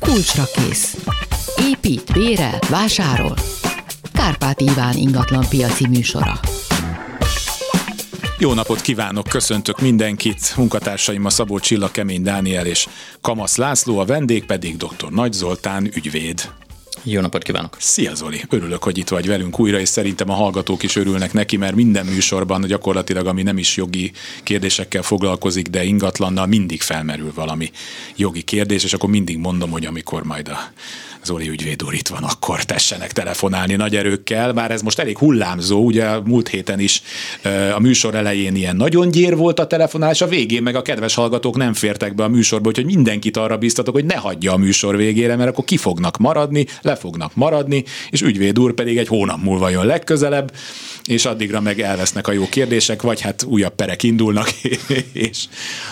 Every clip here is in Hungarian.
Kulcsra kész. Épít, bérel, vásárol. Kárpát Iván ingatlan piaci műsora. Jó napot kívánok, köszöntök mindenkit, munkatársaim a Szabó Csilla, Kemény Dániel és Kamasz László, a vendég pedig dr. Nagy Zoltán ügyvéd. Jó napot kívánok! Szia Zoli! Örülök, hogy itt vagy velünk újra, és szerintem a hallgatók is örülnek neki, mert minden műsorban gyakorlatilag, ami nem is jogi kérdésekkel foglalkozik, de ingatlannal mindig felmerül valami jogi kérdés, és akkor mindig mondom, hogy amikor majd a Zoli ügyvéd úr itt van, akkor tessenek telefonálni nagy erőkkel, bár ez most elég hullámzó, ugye múlt héten is a műsor elején ilyen nagyon gyér volt a telefonálás, a végén meg a kedves hallgatók nem fértek be a műsorba, úgyhogy mindenkit arra biztatok, hogy ne hagyja a műsor végére, mert akkor ki fognak maradni, le fognak maradni, és ügyvéd úr pedig egy hónap múlva jön legközelebb, és addigra meg elvesznek a jó kérdések, vagy hát újabb perek indulnak, és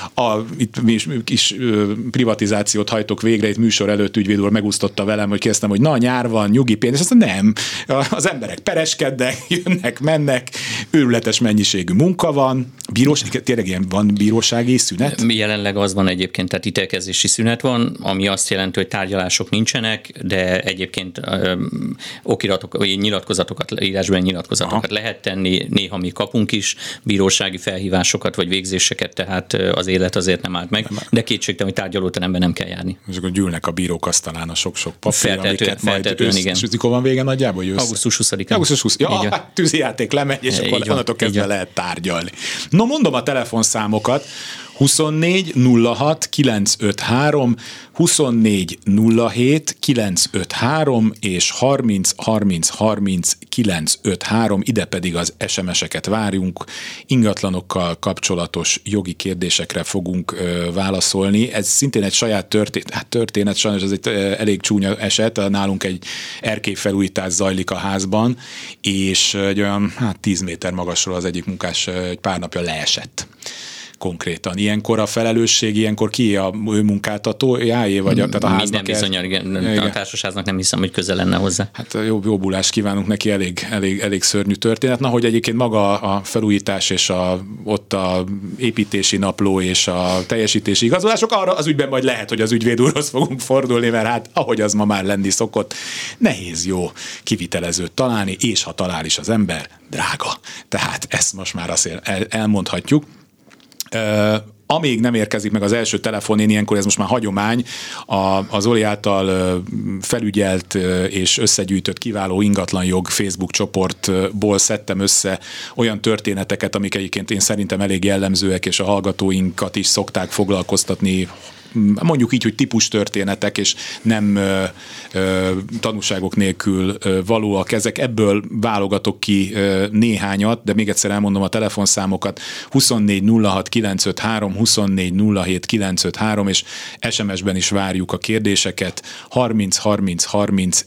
itt mi is privatizációt hajtok végre, itt műsor előtt ügyvéd úr megusztotta velem, hogy kezdtem, hogy na, nyár van, nyugi pénz, és azt nem. Az emberek pereskednek, jönnek, mennek, őrületes mennyiségű munka van, tényleg ilyen van bírósági szünet? Jelenleg az van egyébként, tehát ítélkezési szünet van, ami azt jelenti, hogy tárgyalások nincsenek, de egyébként okiratok, nyilatkozatokat, írásbeli nyilatkozatokat lehet tenni, néha mi kapunk is bírósági felhívásokat vagy végzéseket, tehát az élet azért nem állt meg, de kétségtelen, hogy tárgyalóteremben nem kell járni. És akkor gyűlnek a bírók asztalán a sok-sok papír, amiket majd igen. És mikor van vége nagyjából? Augusztus 20-án. Augusztus 20. Ja, tűzijáték lemegy, és akkor onnantól kezdve lehet tárgyalni. No, mondom a telefonszámokat. 24 06 953, 24 07 953 és 30 30 30 953, ide pedig az SMS-eket várjunk, ingatlanokkal kapcsolatos jogi kérdésekre fogunk válaszolni. Ez szintén egy saját történet, sajnos ez egy elég csúnya eset, nálunk egy erkélyfelújítás zajlik a házban, és egy olyan 10 méter magasról az egyik munkás egy pár napja leesett. Konkrétan. Ilyenkor a felelősség, ilyenkor ki a ő munkáltatójáé, vagy tehát a háznak? Minden bizonnyal, a társasháznak nem hiszem, hogy közel lenne hozzá. Hát jobbulást kívánunk neki, elég szörnyű történet. Na, hogy egyébként maga a felújítás és ott a építési napló és a teljesítési igazolások, arra az ügyben majd lehet, hogy az ügyvéd úrhoz fogunk fordulni, mert hát ahogy az ma már lenni szokott, nehéz jó kivitelezőt találni, és ha talál is az ember, drága. Tehát ezt most már azért elmondhatjuk. Amíg nem érkezik meg az első telefon, én ilyenkor, ez most már hagyomány, az Zoli által felügyelt és összegyűjtött kiváló ingatlanjog Facebook csoportból szedtem össze olyan történeteket, amik egyébként én szerintem elég jellemzőek, és a hallgatóinkat is szokták foglalkoztatni, mondjuk így, hogy típus történetek, és nem tanúságok nélkül valóak ezek. Ebből válogatok ki néhányat, de még egyszer elmondom a telefonszámokat: 24 06 953, 24 07 953, és SMS-ben is várjuk a kérdéseket, 30 30 30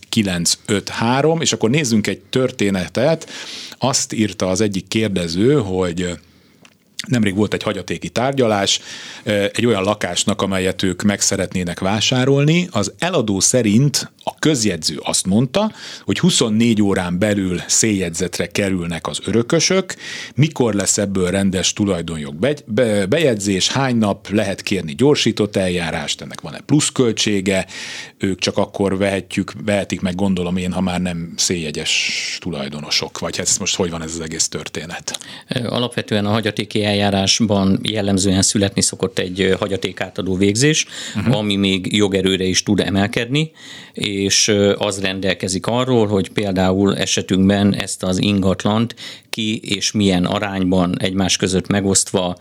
953, és akkor nézzünk egy történetet. Azt írta az egyik kérdező, hogy nemrég volt egy hagyatéki tárgyalás egy olyan lakásnak, amelyet ők meg szeretnének vásárolni. Az eladó szerint a közjegyző azt mondta, hogy 24 órán belül széljegyzetre kerülnek az örökösök, mikor lesz ebből rendes tulajdonjog bejegyzés, hány nap lehet kérni gyorsított eljárást, ennek van-e pluszköltsége, ők csak akkor vehetik meg, gondolom én, ha már nem széljegyes tulajdonosok, vagy ez most hogy van ez az egész történet? Alapvetően a hagyatéki eljárásban jellemzően születni szokott egy hagyatékátadó végzés, ami még jogerőre is tud emelkedni, és az rendelkezik arról, hogy például esetünkben ezt az ingatlant ki és milyen arányban egymás között megosztva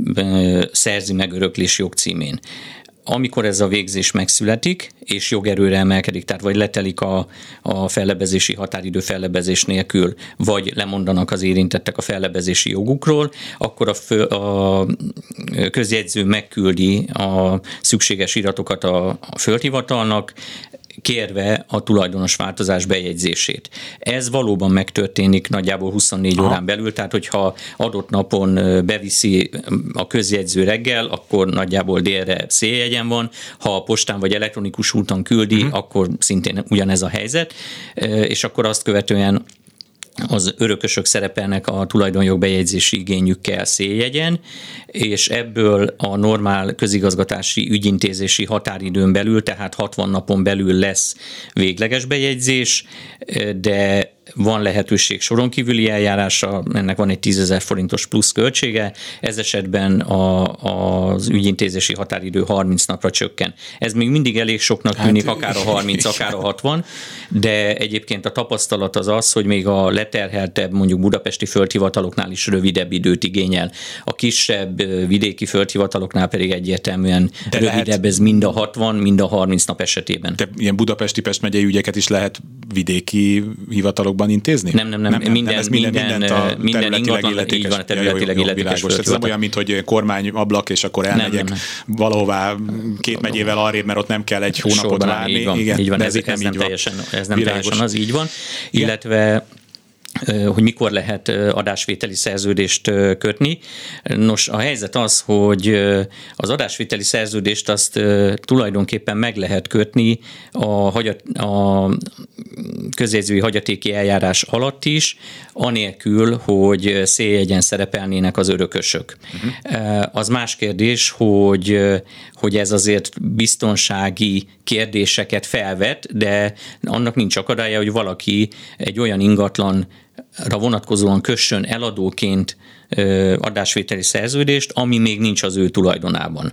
szerzi meg öröklés jogcímén. Amikor ez a végzés megszületik, és jogerőre emelkedik, tehát vagy letelik a fellebbezési határidő fellebbezés nélkül, vagy lemondanak az érintettek a fellebbezési jogukról, akkor a közjegyző megküldi a szükséges iratokat a földhivatalnak, kérve a tulajdonos változás bejegyzését. Ez valóban megtörténik nagyjából 24 órán belül, tehát hogyha adott napon beviszi a közjegyző reggel, akkor nagyjából délre széljegyen van, ha a postán vagy elektronikus úton küldi, akkor szintén ugyanez a helyzet, és akkor azt követően az örökösök szerepelnek a tulajdonjogbejegyzési igényükkel széljegyen, és ebből a normál közigazgatási ügyintézési határidőn belül, tehát 60 napon belül lesz végleges bejegyzés, de van lehetőség soron kívüli eljárásra, ennek van egy 10 000 forintos plusz költsége, ez esetben az ügyintézési határidő 30 napra csökken. Ez még mindig elég soknak tűnik, akár a 30, akár a 60, de egyébként a tapasztalat az, hogy még a leterheltebb, mondjuk budapesti földhivataloknál is rövidebb időt igényel. A kisebb vidéki földhivataloknál pedig egyértelműen de rövidebb, lehet, ez mind a 60, mind a 30 nap esetében. De ilyen budapesti Pest megyei ügyeket is lehet vidéki hivatalokban intézni? Nem. Minden ingatlan, így van, területileg illetékes földhivatal. Ez nem olyan, mint hogy kormányablak, és akkor elmegyek valahová 2 megyével arrébb, mert ott nem kell egy hónapot várni. Így van, ez nem teljesen az, így van. Illetve hogy mikor lehet adásvételi szerződést kötni. Nos, a helyzet az, hogy az adásvételi szerződést azt tulajdonképpen meg lehet kötni a közjegyzői hagyatéki eljárás alatt is, anélkül, hogy széljegyen szerepelnének az örökösök. Az más kérdés, hogy ez azért biztonsági kérdéseket felvet, de annak nincs akadálya, hogy valaki egy olyan ingatlanra vonatkozóan kössön eladóként adásvételi szerződést, ami még nincs az ő tulajdonában.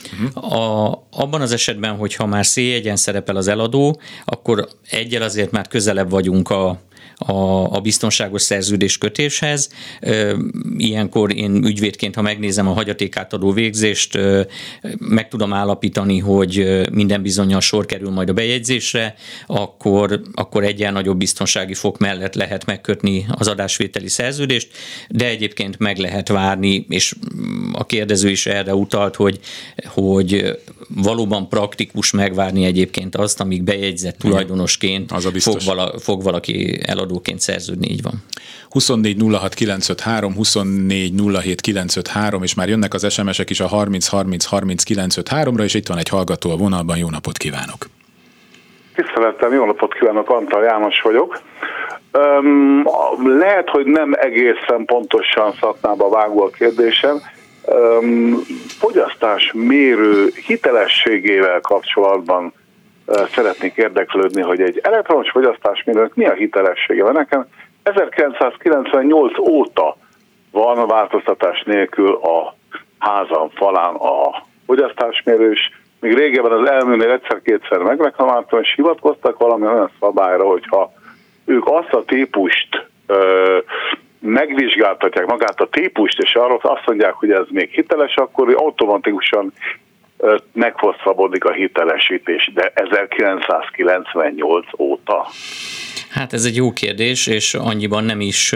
Abban az esetben, hogyha már széljegyen szerepel az eladó, akkor egyel azért már közelebb vagyunk a biztonságos szerződés kötéshez. Ilyenkor én ügyvédként, ha megnézem a hagyatékátadó végzést, meg tudom állapítani, hogy minden bizonnyal sor kerül majd a bejegyzésre, akkor egyen nagyobb biztonsági fok mellett lehet megkötni az adásvételi szerződést, de egyébként meg lehet várni, és a kérdező is erre utalt, hogy valóban praktikus megvárni egyébként azt, amíg bejegyzett tulajdonosként fog valaki eladóként szerződni, így van. 24 06 953, 24 07 953, és már jönnek az SMS-ek is a 30 30 30 953-ra, és itt van egy hallgató a vonalban. Jó napot kívánok! Tiszteletem, jó napot kívánok, Antal János vagyok. Lehet, hogy nem egészen pontosan szakmába vágó a kérdésem. Fogyasztásmérő hitelességével kapcsolatban szeretnék érdeklődni, hogy egy elektromos fogyasztásmérőnek mi a hitelessége. Mert nekem 1998 óta van változtatás nélkül a házam falán a fogyasztásmérő, és még régebben az elműnél egyszer-kétszer megreklamáltam, és hivatkoztak valami olyan szabályra, hogyha ők azt a típust megvizsgáltatják magát a típust, és arról azt mondják, hogy ez még hiteles, akkor automatikusan meghosszabbodik a hitelesítés, de 1998 óta. Hát ez egy jó kérdés, és annyiban nem is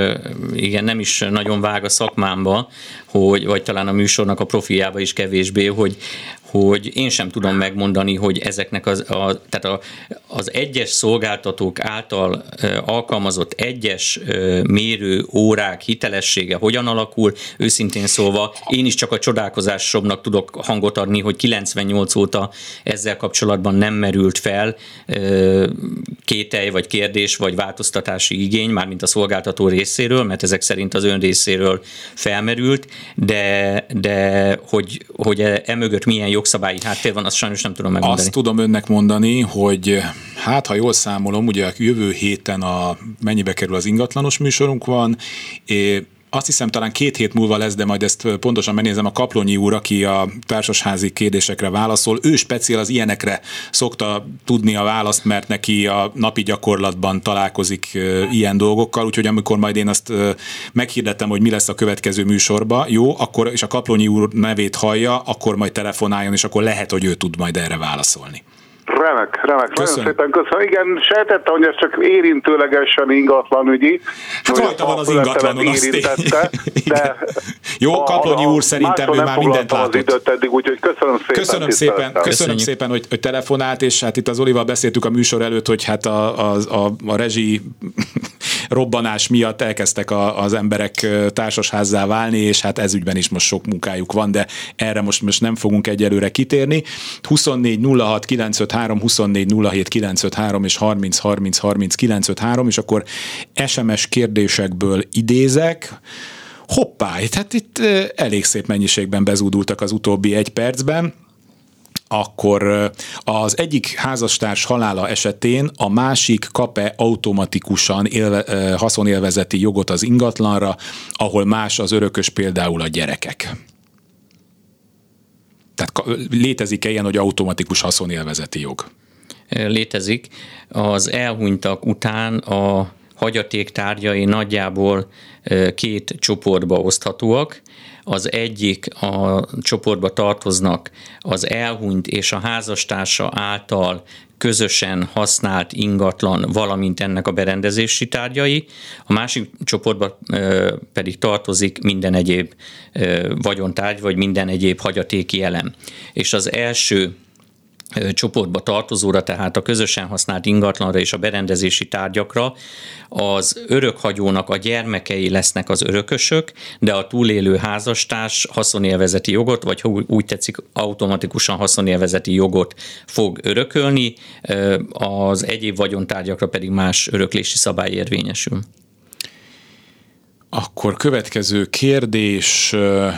nagyon vág a szakmámba, vagy talán a műsornak a profiljába is kevésbé, hogy én sem tudom megmondani, hogy ezeknek tehát az egyes szolgáltatók által alkalmazott egyes mérő órák hitelessége hogyan alakul. Őszintén szólva én is csak a csodálkozásomnak tudok hangot adni, hogy 98 óta ezzel kapcsolatban nem merült fel kételj, vagy kérdés, vagy változtatási igény, mármint a szolgáltató részéről, mert ezek szerint az ön részéről felmerült, de hogy emögött milyen jogszabályi háttér van, azt sajnos nem tudom megmondani. Azt tudom önnek mondani, hogy hát, ha jól számolom, ugye jövő héten mennyibe kerül az ingatlanos műsorunk van, azt hiszem talán 2 hét múlva lesz, de majd ezt pontosan megnézem, a Kaplonyi úr, aki a társasházi kérdésekre válaszol, ő speciál az ilyenekre szokta tudni a választ, mert neki a napi gyakorlatban találkozik ilyen dolgokkal, úgyhogy amikor majd én azt meghirdettem, hogy mi lesz a következő műsorba, jó, akkor, és a Kaplonyi úr nevét hallja, akkor majd telefonáljon, és akkor lehet, hogy ő tud majd erre válaszolni. Remek. Nagyon szépen köszönöm. Igen, sejtettem, hogy ez csak érintőlegesen ingatlanügyi. Hát rajta van az ingatlanon, de jó, Kaplonyi úr szerintem ő már mindent látott. Az időt eddig, úgyhogy köszönöm szépen, hogy telefonált, és hát itt az Olival beszéltük a műsor előtt, hogy hát a rezsi robbanás miatt elkezdtek az emberek társasházzá válni, és hát ez ügyben is most sok munkájuk van, de erre most nem fogunk egyelőre kitérni. 24 06 953, 24 07 953 és 30 30 30 953, és akkor SMS kérdésekből idézek. Hoppá, hát itt elég szép mennyiségben bezúdultak az utóbbi 1 percben. Akkor az egyik házastárs halála esetén a másik kap-e automatikusan haszonélvezeti jogot az ingatlanra, ahol más az örökös, például a gyerekek? Tehát létezik-e ilyen, hogy automatikus haszonélvezeti jog? Létezik. Az elhunytak után a hagyaték tárgyai nagyjából 2 csoportba oszthatóak. Az egyik a csoportba tartoznak az elhunyt és a házastársa által közösen használt ingatlan, valamint ennek a berendezési tárgyai, a másik csoportba pedig tartozik minden egyéb vagyontárgy, vagy minden egyéb hagyatéki elem. És az első csoportba tartozóra, tehát a közösen használt ingatlanra és a berendezési tárgyakra az örökhagyónak a gyermekei lesznek az örökösök, de a túlélő házastárs haszonélvezeti jogot, vagy úgy tetszik, automatikusan haszonélvezeti jogot fog örökölni, az egyéb vagyontárgyakra pedig más öröklési szabály érvényesül. Akkor következő kérdés...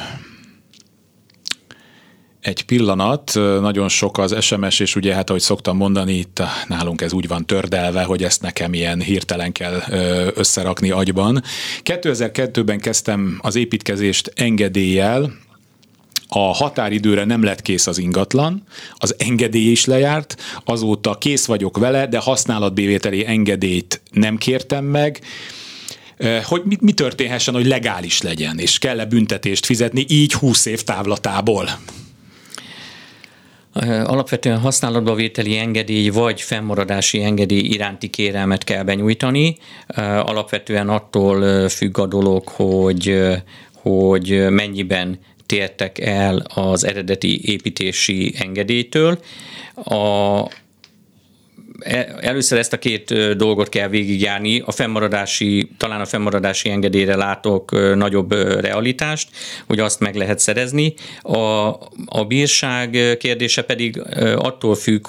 Egy pillanat, nagyon sok az SMS, és ugye hát ahogy szoktam mondani, itt nálunk ez úgy van tördelve, hogy ezt nekem ilyen hirtelen kell összerakni agyban. 2002-ben kezdtem az építkezést engedéllyel, a határidőre nem lett kész az ingatlan, az engedély is lejárt, azóta kész vagyok vele, de használatbévételi engedélyt nem kértem meg, hogy mi történhessen, hogy legális legyen, és kell-e büntetést fizetni így 20 év távlatából? Alapvetően használatba vételi engedély vagy fennmaradási engedély iránti kérelmet kell benyújtani. Alapvetően attól függ a dolog, hogy mennyiben tértek el az eredeti építési engedélytől. Először ezt a 2 dolgot kell végigjárni. Talán a fennmaradási engedélyre látok nagyobb realitást, hogy azt meg lehet szerezni. A bírság kérdése pedig attól függ,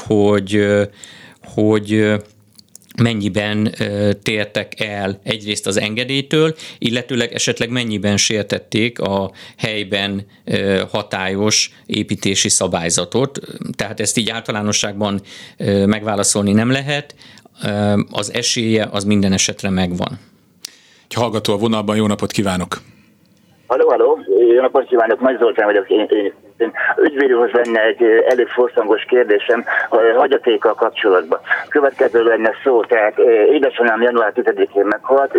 hogy mennyiben tértek el egyrészt az engedélytől, illetőleg esetleg mennyiben sértették a helyben hatályos építési szabályzatot. Tehát ezt így általánosságban megválaszolni nem lehet, az esélye az minden esetre megvan. Egy hallgató a vonalban, jó napot kívánok! Halló, jó napot kívánok, Nagy Zoltán vagyok, én ügyvédőhöz lenne egy elég forszangos kérdésem a hagyatékkal kapcsolatban. Következő lenne szó, tehát édesanyám január 10-én meghalt,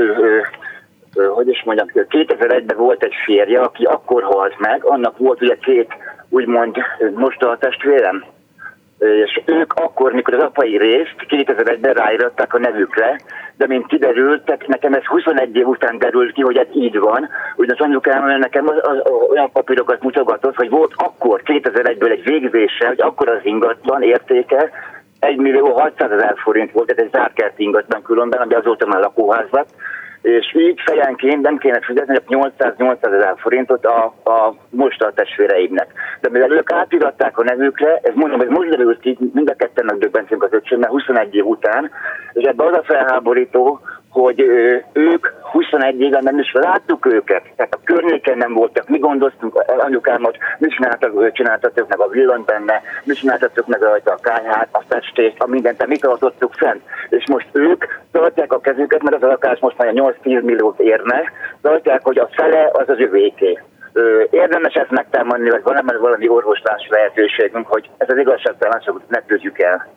hogy is mondjam, 2001-ben volt egy férje, aki akkor halt meg, annak volt ugye 2 úgymond mostoha testvérem, és ők akkor, mikor az apai részt 2001-ben ráíratták a nevükre, de mint kiderült, tehát nekem ez 21 év után derült ki, hogy ez így van. Ugye az anyukám nekem olyan papírokat mutogatott, hogy volt akkor 2001-ből egy végzése, hogy akkor az ingatlan értéke 1.600.000 forint volt, ez egy zárkert ingatlan különben, ami azóta már lakóház lett, és így fejenként nem kéne fizetni 800.000 forintot a mostoha testvéreimnek. De mivel ők átiratták a nevükre, ez most derült ki, mind a ketten megdöbbentünk az öcsémmel 21 év után, és ebben az a felháborító, hogy ők 21 éven nem is láttuk őket, tehát a környéken nem voltak, mi gondoztunk anyukámat, mi csináltatok meg a villant benne, mi csináltatok meg rajta a kányhát, a festést, a mindent, mi tartottuk fent. És most ők tartják a kezüket, mert az a lakás most már 8-10 milliót érne, tartják, hogy a fele az az övéké. Érdemes ezt megtámadni, vagy valami orvoslási lehetőségünk, hogy ez az igazságtalanságot ne tűzjük el.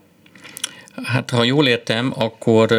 Hát ha jól értem, akkor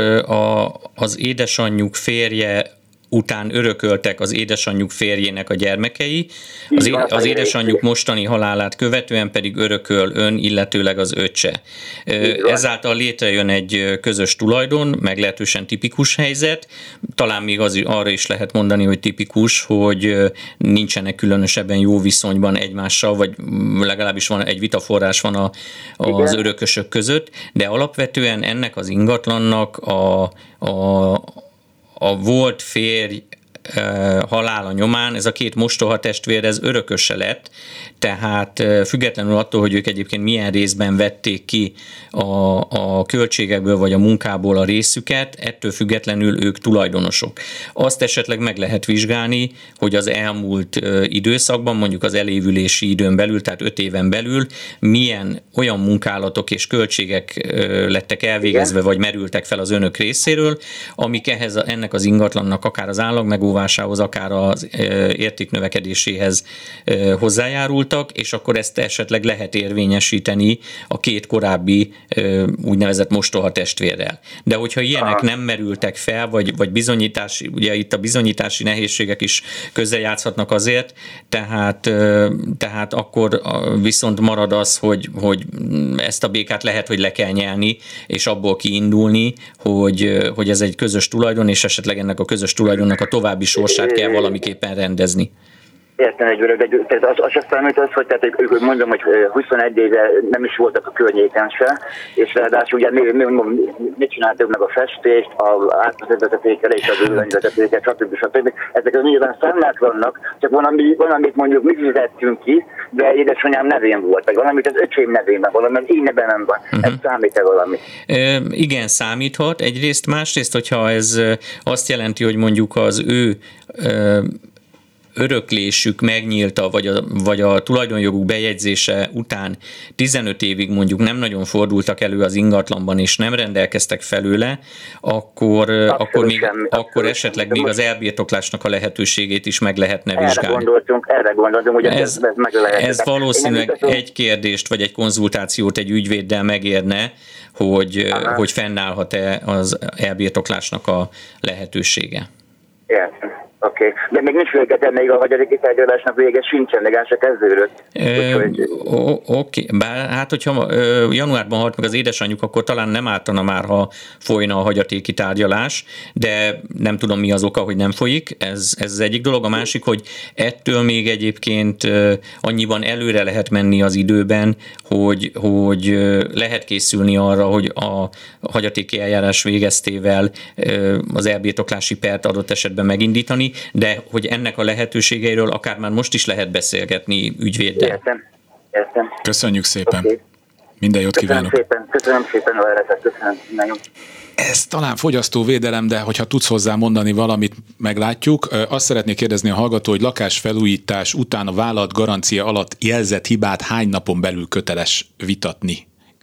az édesanyjuk férje után örököltek az édesanyjuk férjének a gyermekei, az édesanyjuk mostani halálát követően pedig örököl ön, illetőleg az öccse. Ezáltal létrejön egy közös tulajdon, meglehetősen tipikus helyzet, talán még arra is lehet mondani, hogy tipikus, hogy nincsenek különösebben jó viszonyban egymással, vagy legalábbis van egy vitaforrás van az örökösök között, de alapvetően ennek az ingatlannak a volt férj halála nyomán ez a két mostoha testvér ez örököse lett, tehát függetlenül attól, hogy ők egyébként milyen részben vették ki a költségekből vagy a munkából a részüket, ettől függetlenül ők tulajdonosok. Azt esetleg meg lehet vizsgálni, hogy az elmúlt időszakban, mondjuk az elévülési időn belül, tehát 5 éven belül milyen olyan munkálatok és költségek lettek elvégezve, vagy merültek fel az önök részéről, amik ennek az ingatlannak akár az állagmegóvásához, akár az értéknövekedéséhez hozzájárultak, és akkor ezt esetleg lehet érvényesíteni a két korábbi úgynevezett mostoha testvérrel. De hogyha ilyenek nem merültek fel, vagy bizonyítási, ugye itt a bizonyítási nehézségek is közrejátszhatnak azért, tehát akkor viszont marad az, hogy ezt a békát lehet, hogy le kell nyelni, és abból kiindulni, hogy ez egy közös tulajdon, és esetleg ennek a közös tulajdonnak a további sorsát kell valamiképpen rendezni. Értem, tehát az sem számít az, hogy tehát ők mondom, hogy 21 éve nem is voltak a környéken se, és ráadásul ugye mit csináltuk meg a festést, az átvezetékelés, az ülővezetéket, stb. Ezek nyilván számlák vannak, csak valamit mondjuk mi fizettünk ki, de édesanyám nevén volt, vagy valamit az öcsém nevén van, valami én nevem van. Ez számít-e valami? Igen, számíthat. Egyrészt, másrészt, hogyha ez azt jelenti, hogy mondjuk az ő öröklésük megnyílta, vagy a tulajdonjoguk bejegyzése után 15 évig mondjuk nem nagyon fordultak elő az ingatlanban, és nem rendelkeztek felőle, akkor esetleg még az elbirtoklásnak a lehetőségét is meg lehetne vizsgálni. Erre gondoltunk, hogy ez meg lehet. Ez valószínűleg egy kérdést, vagy egy konzultációt egy ügyvéddel megérne, hogy fennállhat-e az elbirtoklásnak a lehetősége. Értem. Oké. De még nincs vége, még a hagyatéki tárgyalásnak vége sincsen, még se kezdődött. Oké. Bár hát, hogyha januárban halt meg az édesanyjuk, akkor talán nem ártana már, ha folyna a hagyatéki tárgyalás, de nem tudom, mi az oka, hogy nem folyik. Ez az egyik dolog. A másik, hogy ettől még egyébként annyiban előre lehet menni az időben, hogy lehet készülni arra, hogy a hagyatéki eljárás végeztével az elbirtoklási pert adott esetben megindítani, de hogy ennek a lehetőségeiről akár már most is lehet beszélgetni ügyvéddel. Értem. Köszönjük szépen. Okay. Minden jót kívánok. Köszönöm szépen a lehetőséget. Köszönöm. Ez talán fogyasztóvédelem, de hogyha tudsz hozzá mondani valamit, meglátjuk. Azt szeretnék kérdezni a hallgató, hogy lakásfelújítás után a vállalat garancia alatt jelzett hibát hány napon belül köteles vitatni?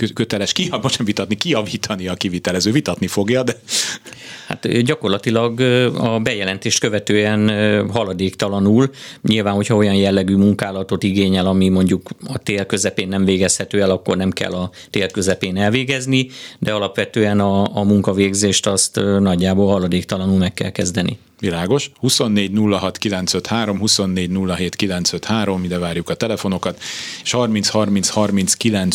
Kijavítani a kivitelező, vitatni fogja, de... Hát gyakorlatilag a bejelentést követően haladéktalanul, nyilván, hogyha olyan jellegű munkálatot igényel, ami mondjuk a tél közepén nem végezhető el, akkor nem kell a tél közepén elvégezni, de alapvetően a munkavégzést azt nagyjából haladéktalanul meg kell kezdeni. Világos. 24 06 953, 24 07 953, ide várjuk a telefonokat, és 30 30 30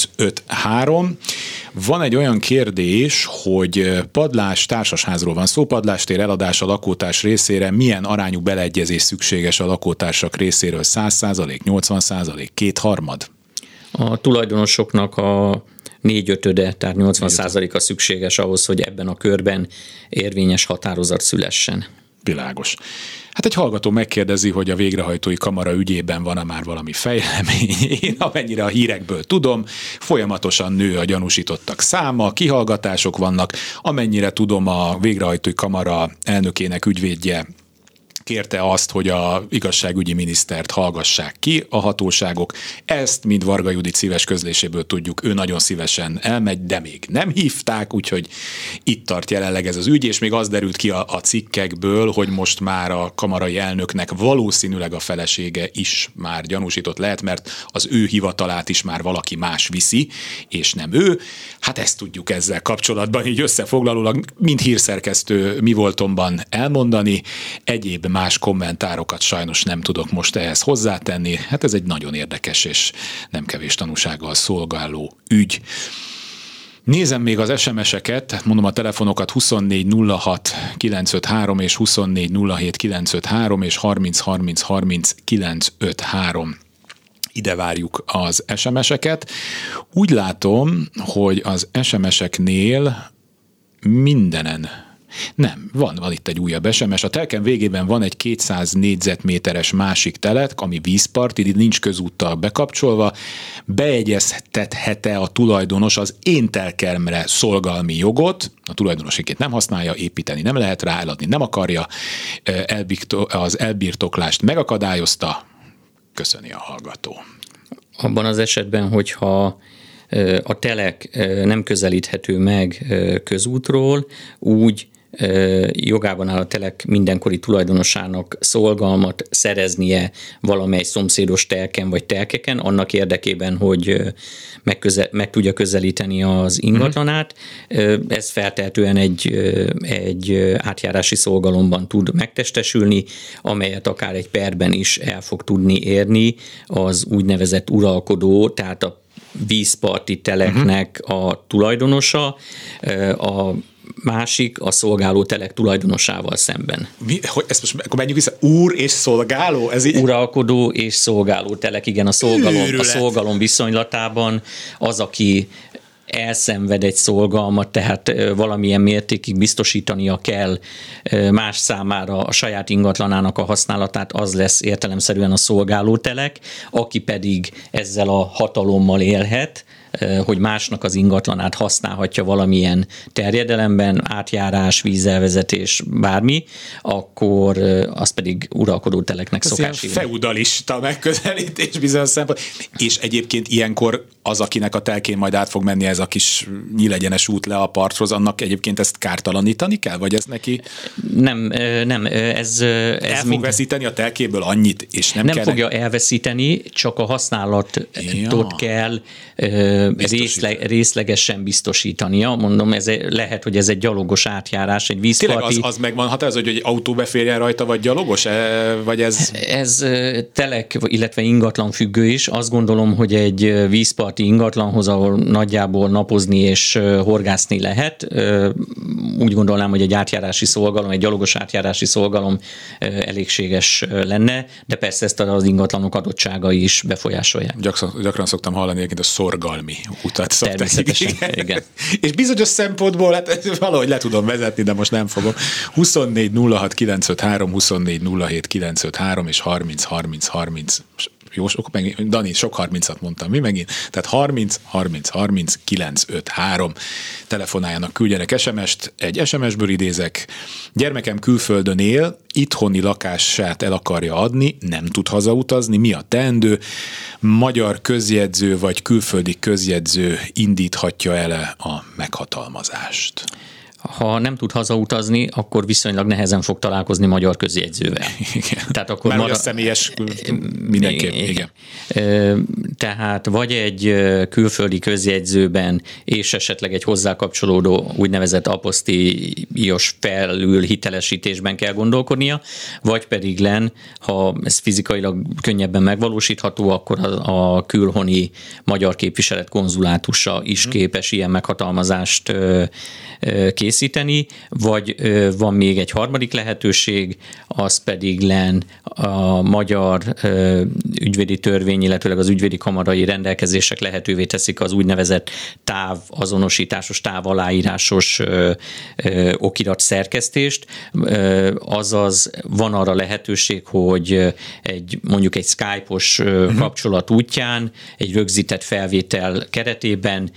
953. Van egy olyan kérdés, hogy padlás társasházról van szó, padlástér eladása lakótárs részére, milyen arányú beleegyezés szükséges a lakótársak részéről? 100%, 80%, kétharmad? A tulajdonosoknak a 4/5, tehát 80%-a szükséges ahhoz, hogy ebben a körben érvényes határozat szülessen. Világos. Hát egy hallgató megkérdezi, hogy a végrehajtói kamara ügyében van-e már valami fejlemény. Én amennyire a hírekből tudom, folyamatosan nő a gyanúsítottak száma, kihallgatások vannak, amennyire tudom, a végrehajtói kamara elnökének ügyvédje kérte azt, hogy a igazságügyi minisztert hallgassák ki a hatóságok. Ezt, mint Varga Judit szíves közléséből tudjuk, ő nagyon szívesen elmegy, de még nem hívták, úgyhogy itt tart jelenleg ez az ügy, és még az derült ki a cikkekből, hogy most már a kamarai elnöknek valószínűleg a felesége is már gyanúsított lehet, mert az ő hivatalát is már valaki más viszi, és nem ő. Hát ezt tudjuk ezzel kapcsolatban így összefoglalólag, mint hírszerkesztő mi voltomban elmondani, egyéb más kommentárokat sajnos nem tudok most ehhez hozzátenni. Hát ez egy nagyon érdekes és nem kevés tanúsággal szolgáló ügy. Nézem még az SMS-eket, mondom a telefonokat 24 06 953 és 24 07 953 és 30 30 30 953. Ide várjuk az SMS-eket. Úgy látom, hogy az SMS-eknél mindenen Nem, van itt egy újabb SMS. A telken végében van egy 200 négyzetméteres másik telek, ami vízparti, itt nincs közúttal bekapcsolva. Beegyeztethete a tulajdonos az én telkemre szolgalmi jogot, a tulajdonosékét nem használja, építeni nem lehet rá, eladni nem akarja, az elbirtoklást megakadályozta, köszöni a hallgató. Abban az esetben, hogyha a telek nem közelíthető meg közútról, úgy jogában áll a telek mindenkori tulajdonosának szolgalmat szereznie valamely szomszédos telken vagy telkeken, annak érdekében, hogy meg tudja közelíteni az ingatlanát. Ez feltehetően egy átjárási szolgalomban tud megtestesülni, amelyet akár egy perben is el fog tudni érni az úgynevezett uralkodó, tehát a vízparti teleknek a tulajdonosa, a másik a szolgáló telek tulajdonosával szemben. Ezt most akkor menjünk vissza. Úr és szolgáló? Ez így? Uralkodó és szolgáló telek, igen, a szolgalom viszonylatában az, aki elszenved egy szolgalmat, tehát valamilyen mértékig biztosítania kell más számára a saját ingatlanának a használatát, az lesz értelemszerűen a szolgálótelek, aki pedig ezzel a hatalommal élhet, hogy másnak az ingatlanát használhatja valamilyen terjedelemben, átjárás, vízelvezetés, bármi, akkor az pedig uralkodó teleknek szokás írni. Feudalista megközelítés bizonyos szempont. És egyébként ilyenkor az, akinek a telkén majd át fog menni ez a kis nyílegyenes út le a parthoz, annak egyébként ezt kártalanítani kell? Vagy ez neki... Nem, ez el fog veszíteni a telkéből annyit, és nem kell... fogja elveszíteni, csak a használatot kell részlegesen biztosítania. Mondom, lehet, hogy ez egy gyalogos átjárás, egy vízparti... Tényleg az megvan határozva, hogy egy autó beférjen rajta, vagy gyalogos? Vagy ez... Ez telek, illetve ingatlan függő is. Azt gondolom, hogy egy vízparti ingatlanhoz, ahol nagyjából napozni és horgászni lehet, úgy gondolnám, hogy egy átjárási szolgalom, egy gyalogos átjárási szolgalom elégséges lenne, de persze ezt az ingatlanok adottságai is befolyásolják. Gyakran szoktam hallani egyébként a szorgalmi utat. Természetesen, igen. És bizonyos szempontból, hát valahogy le tudom vezetni, de most nem fogom. 24 06 953, 24 07 953 és 30 30 30. Jó, megint, Dani, sok 30-at mondtam, mi megint? Tehát 30 30 30 953. Telefonáljanak, küldjenek SMS-t, egy SMS-ből idézek. Gyermekem külföldön él, itthoni lakását el akarja adni, nem tud hazautazni, mi a teendő? Magyar közjegyző vagy külföldi közjegyző indíthatja el a meghatalmazást? Ha nem tud hazautazni, akkor viszonylag nehezen fog találkozni magyar közjegyzővel. Igen. Tehát akkor már személyes mindenképp. Igen. Tehát vagy egy külföldi közjegyzőben és esetleg egy hozzá kapcsolódó úgynevezett apostílios felülhitelesítésben kell gondolkodnia, vagy pedig ha ez fizikailag könnyebben megvalósítható, akkor a külhoni magyar képviselet konzulátusa is képes ilyen meghatalmazást készíteni, vagy van még egy harmadik lehetőség, az pedig a magyar ügyvédi törvény, illetőleg az ügyvédi kamarai rendelkezések lehetővé teszik az úgynevezett távazonosításos, távaláírásos okirat szerkesztést, azaz van arra lehetőség, hogy mondjuk egy Skype-os kapcsolat útján, egy rögzített felvétel keretében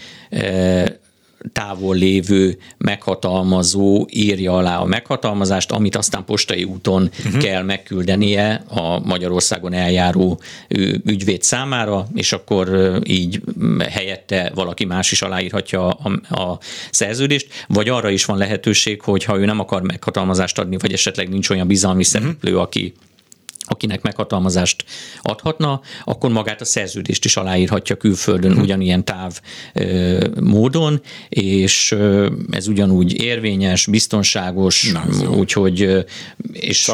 távol lévő meghatalmazó írja alá a meghatalmazást, amit aztán postai úton kell megküldenie a Magyarországon eljáró ügyvéd számára, és akkor így helyette valaki más is aláírhatja a szerződést, vagy arra is van lehetőség, hogy ha ő nem akar meghatalmazást adni, vagy esetleg nincs olyan bizalmi szereplő, akinek meghatalmazást adhatna, akkor magát a szerződést is aláírhatja külföldön ugyanilyen táv módon, és ez ugyanúgy érvényes, biztonságos, úgyhogy és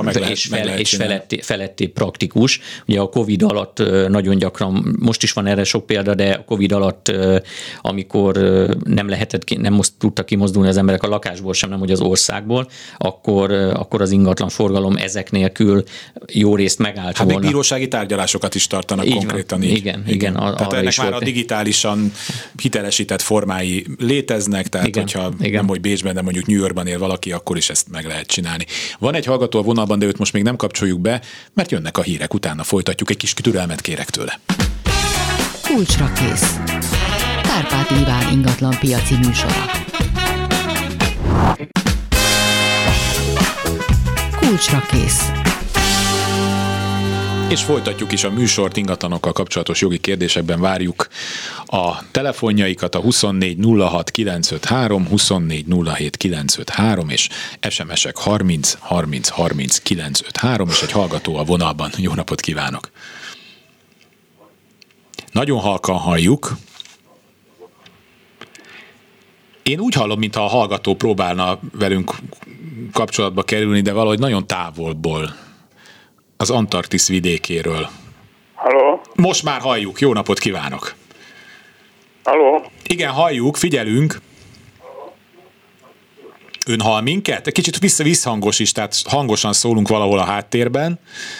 feletté praktikus. Ugye a Covid alatt nagyon gyakran, most is van erre sok példa, de a Covid alatt, amikor nem tudtak kimozdulni az emberek a lakásból sem, nem hogy az országból, akkor az ingatlan forgalom ezek nélkül jó részt megállt volna. Hát még bírósági tárgyalásokat is tartanak így konkrétan így. Igen. Tehát ennek már a digitálisan hitelesített formái léteznek, tehát hogyha nem hogy Bécsben, de mondjuk New Yorkban él valaki, akkor is ezt meg lehet csinálni. Van egy hallgató a vonalban, de őt most még nem kapcsoljuk be, mert jönnek a hírek, utána folytatjuk, egy kis türelmet kérek tőle. Kulcsra kész. Kárpát Iván ingatlan piaci műsora. Kulcsra kész. És folytatjuk is a műsort, ingatlanokkal kapcsolatos jogi kérdésekben várjuk a telefonjaikat, a 24 06 953, 24 07 953 és SMS-ek 30 30 30 953, és egy hallgató a vonalban. Jó napot kívánok! Nagyon halkan halljuk. Én úgy hallom, mintha a hallgató próbálna velünk kapcsolatba kerülni, de valahogy nagyon távolból, az Antarktisz vidékéről. Halló? Most már halljuk. Jó napot kívánok! Halló? Igen, halljuk, figyelünk. Ön hall minket? Egy kicsit visszhangos is, tehát hangosan szólunk valahol a háttérben.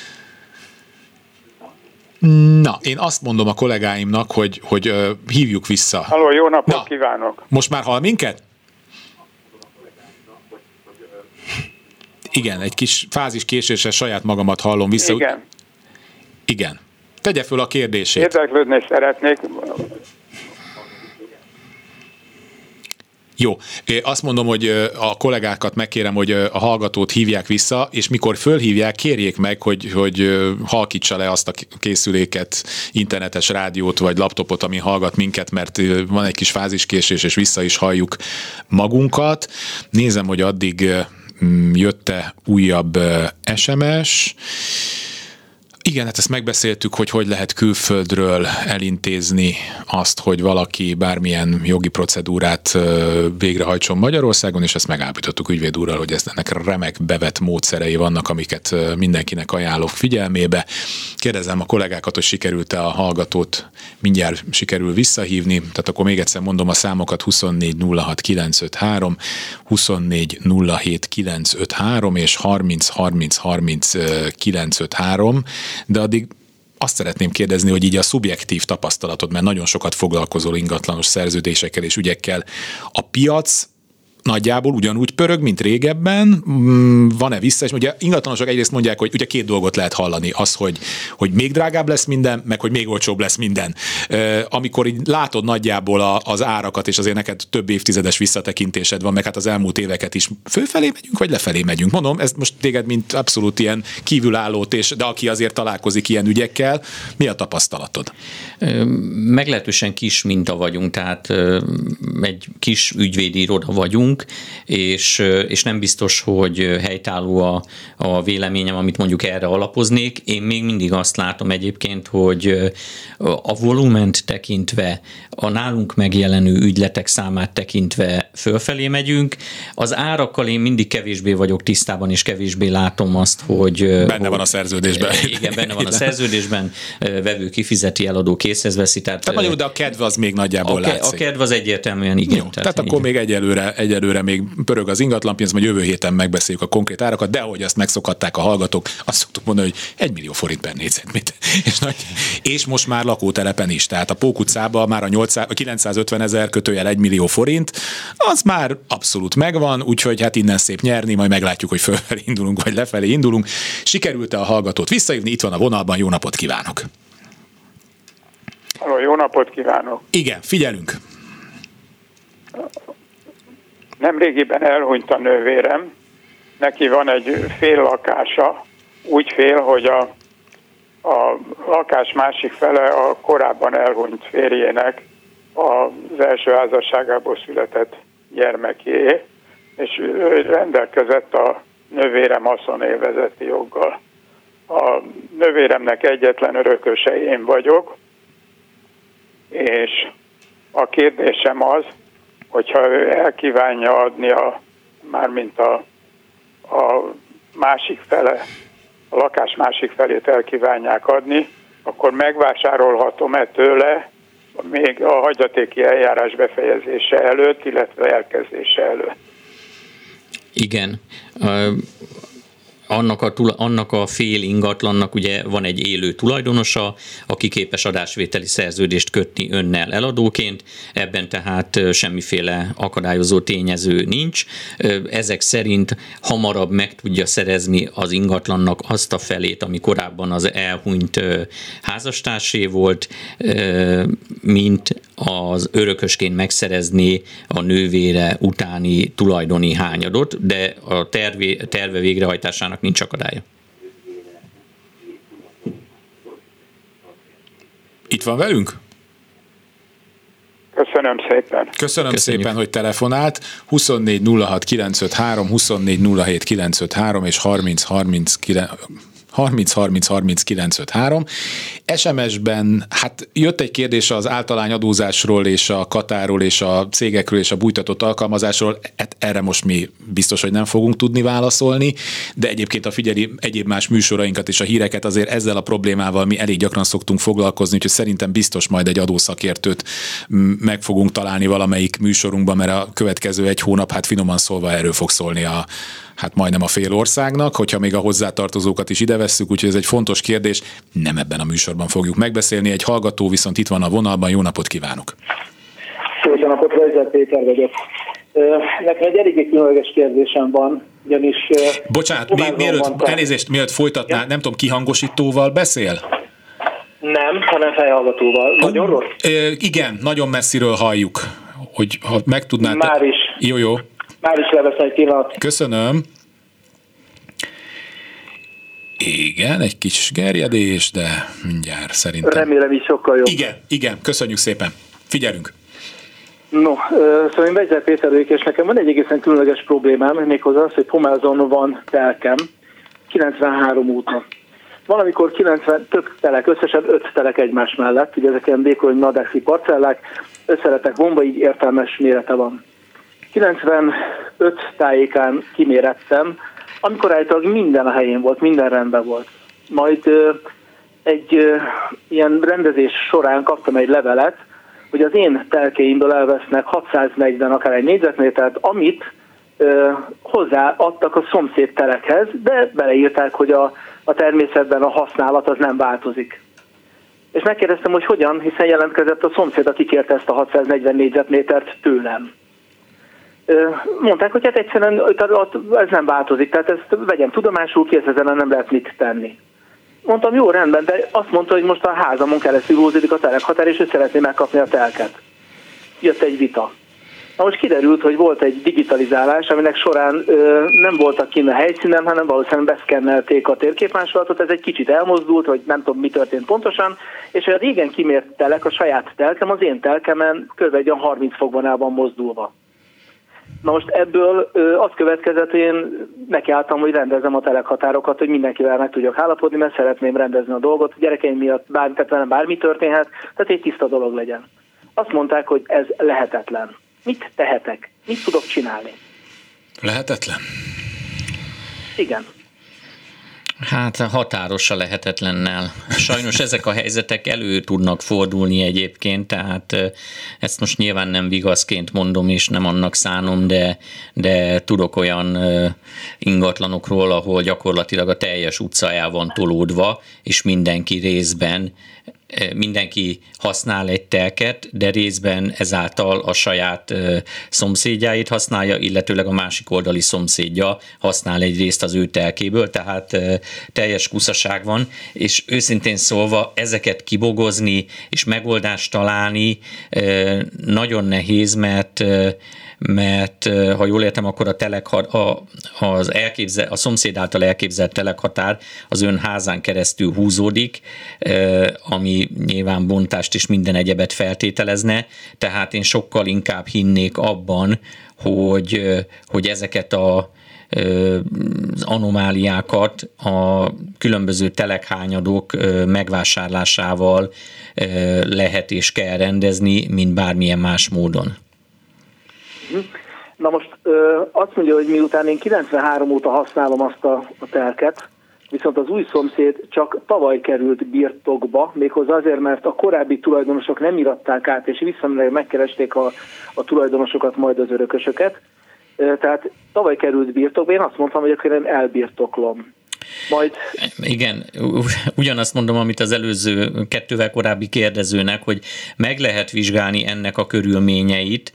Na, én azt mondom a kollégáimnak, hogy hívjuk vissza. Halló, jó napot kívánok! Most már hall minket? Igen, egy kis fázis késéssel saját magamat hallom vissza. Igen. Tegye föl a kérdését. Érdeklődni szeretnék. Jó, azt mondom, hogy a kollégákat megkérem, hogy a hallgatót hívják vissza, és mikor fölhívják, kérjék meg, hogy halkítsa le azt a készüléket, internetes rádiót vagy laptopot, ami hallgat minket, mert van egy kis fáziskésés, és vissza is halljuk magunkat. Nézem, hogy addig jött-e újabb SMS. Igen, hát ezt megbeszéltük, hogy lehet külföldről elintézni azt, hogy valaki bármilyen jogi procedúrát végrehajtson Magyarországon, és ezt megállapítottuk ügyvéd úrral, hogy ennek remek bevett módszerei vannak, amiket mindenkinek ajánlok figyelmébe. Kérdezem a kollégákat, hogy sikerült-e a hallgatót mindjárt sikerül visszahívni, tehát akkor még egyszer mondom a számokat: 24 06 953, 24 07 953 és 30 30 30 953. De addig azt szeretném kérdezni, hogy így a szubjektív tapasztalatod, mert nagyon sokat foglalkozol ingatlanos szerződésekkel és ügyekkel, a piac nagyjából ugyanúgy pörög, mint régebben, van-e vissza, és ugye ingatlanosok egyrészt mondják, hogy ugye két dolgot lehet hallani, az, hogy még drágább lesz minden, meg hogy még olcsóbb lesz minden. Amikor így látod nagyjából az árakat, és azért neked több évtizedes visszatekintésed van, meg hát az elmúlt éveket is, fölfelé megyünk, vagy lefelé megyünk? Mondom, ez most téged, mint abszolút ilyen kívülállót, de aki azért találkozik ilyen ügyekkel, mi a tapasztalatod? Meglehetősen kis minta vagyunk, tehát egy kis ügyvédi iroda vagyunk, és nem biztos, hogy helytálló a véleményem, amit mondjuk erre alapoznék. Én még mindig azt látom egyébként, hogy a volument tekintve, a nálunk megjelenő ügyletek számát tekintve fölfelé megyünk. Az árakkal én mindig kevésbé vagyok tisztában, és kevésbé látom azt, hogy... Benne van a szerződésben. Igen, benne van a szerződésben, vevő kifizeti, eladó készhez veszi. Tehát magyarul, de a kedv az még nagyjából látszik. A kedv az egyértelműen igen. Jó, tehát akkor még egyelőre még pörög az ingatlanpiac, majd jövő héten megbeszéljük a konkrét árakat, de ahogy azt megszokhatták a hallgatók, azt szoktuk mondani, hogy 1 millió forint per négyzetméter. És most már lakótelepen is. Tehát a Pók utcában már a 950 000 / 1 millió forint, az már abszolút megvan, úgyhogy hát innen szép nyerni, majd meglátjuk, hogy fölfelé indulunk, vagy lefelé indulunk. Sikerült-e a hallgatót visszahívni? Itt van a vonalban, jó napot kívánok! Halló, jó napot kívánok! Igen, figyelünk! Nemrégiben elhunyt a nővérem, neki van egy fél lakása, úgy fél, hogy a lakás másik fele a korábban elhunyt férjének az első házasságából született gyermeké, és rendelkezett a nővérem haszonélvezeti joggal. A nővéremnek egyetlen örököse én vagyok, és a kérdésem az, hogyha ő elkívánja adni mármint a másik fele, a lakás másik felét elkívánják adni, akkor megvásárolhatom-e tőle még a hagyatéki eljárás befejezése előtt, illetve elkezdése előtt? Igen. annak a fél ingatlannak ugye van egy élő tulajdonosa, aki képes adásvételi szerződést kötni önnel eladóként, ebben tehát semmiféle akadályozó tényező nincs. Ezek szerint hamarabb meg tudja szerezni az ingatlannak azt a felét, ami korábban az elhunyt házastársé volt, mint az örökösként megszerezni a nővére utáni tulajdoni hányadot, de a terve végrehajtásának nincs akadálya. Itt van velünk? Köszönöm szépen. Köszönjük szépen, hogy telefonált. 24 06 953, 24 07 953 és 30 30 953. SMS-ben hát jött egy kérdés az általányadózásról és a katáról és a cégekről és a bújtatott alkalmazásról. Erre most mi biztos, hogy nem fogunk tudni válaszolni, de egyébként a figyeli egyéb más műsorainkat és a híreket azért ezzel a problémával mi elég gyakran szoktunk foglalkozni, úgyhogy szerintem biztos majd egy adószakértőt meg fogunk találni valamelyik műsorunkban, mert a következő egy hónap, hát finoman szólva erről fog szólni hát majdnem a fél országnak, hogyha még a hozzátartozókat is ide vesszük, úgyhogy ez egy fontos kérdés, nem ebben a műsorban fogjuk megbeszélni. Egy hallgató viszont itt van a vonalban, jó napot kívánok! Jó napot, Vajzer Péter vagyok. Nekem egy eléggé különleges kérdésem van, ugyanis... Bocsánat, mielőtt folytatná, nem tudom, kihangosítóval beszél? Nem, hanem fejhallgatóval. Nagyon rossz? Igen, nagyon messziről halljuk, hogy ha meg tudnád... Már is. Jó. Már is leveszem egy pillanat. Köszönöm. Igen, egy kis gerjedés, de mindjárt szerintem... Remélem is sokkal jobb. Igen, köszönjük szépen. Figyelünk. No, szóval én Vajzer Péter vagyok, és nekem van egy egészen különleges problémám, méghozzá az, hogy Pomázon van telkem 93 óta. Valamikor 90, több telek, összesen 5 telek egymás mellett, ugye ezek ilyen vékony nadászi parcellák, összelettek bomba, így értelmes mérete van. 95 tájékán kimérettem, amikor állítólag minden a helyén volt, minden rendben volt. Majd egy ilyen rendezés során kaptam egy levelet, hogy az én telkeimből elvesznek 640 akár egy négyzetmétert, amit hozzáadtak a szomszéd telekhez, de beleírták, hogy a természetben a használat az nem változik. És megkérdeztem, hogy hogyan, hiszen jelentkezett a szomszéd, aki kérte ezt a 640 négyzetmétert tőlem. Mondták, hogy hát egyszerűen ez nem változik, tehát ezt vegyem tudomásul, ki ezen nem lehet mit tenni. Mondtam, jó, rendben, de azt mondta, hogy most a házamon keresztül húzódik a telekhatár, és ő szeretné megkapni a telket. Jött egy vita. Na most kiderült, hogy volt egy digitalizálás, aminek során nem voltak kint a helyszínen, hanem valószínűleg beszkennelték a térképmásolatot, ez egy kicsit elmozdult, hogy nem tudom, mi történt pontosan, és a régen kimért telek, a saját telkem, az én telkemen kb. 30 fokban el van mozdulva. Na most ebből az következett, hogy én nekiálltam, hogy rendezem a telekhatárokat, hogy mindenkivel meg tudjak állapodni, mert szeretném rendezni a dolgot, gyerekeim miatt bármi történhet, tehát egy tiszta dolog legyen. Azt mondták, hogy ez lehetetlen. Mit tehetek? Mit tudok csinálni? Lehetetlen? Igen. Hát határos a lehetetlennel. Sajnos ezek a helyzetek elő tudnak fordulni egyébként, tehát ezt most nyilván nem vigaszként mondom, és nem annak szánom, de tudok olyan ingatlanokról, ahol gyakorlatilag a teljes utca el van tolódva, és mindenki használ egy telket, de részben ezáltal a saját szomszédjáit használja, illetőleg a másik oldali szomszédja használ egy részt az ő telkéből, tehát teljes kuszaság van, és őszintén szólva ezeket kibogozni és megoldást találni nagyon nehéz, mert ha jól értem, akkor a szomszéd által elképzelt telekhatár az ön házán keresztül húzódik, ami nyilván bontást és minden egyebet feltételezne, tehát én sokkal inkább hinnék abban, hogy ezeket az anomáliákat a különböző telekhányadók megvásárlásával lehet és kell rendezni, mint bármilyen más módon. Na most azt mondja, hogy miután én 93 óta használom azt a telket, viszont az új szomszéd csak tavaly került birtokba, méghozzá azért, mert a korábbi tulajdonosok nem iratták át, és visszamenőleg megkeresték a tulajdonosokat, majd az örökösöket. Tehát tavaly került birtokba, én azt mondtam, hogy akkor én elbirtoklom. majd... Igen, ugyanazt mondom, amit az előző kettővel korábbi kérdezőnek, hogy meg lehet vizsgálni ennek a körülményeit,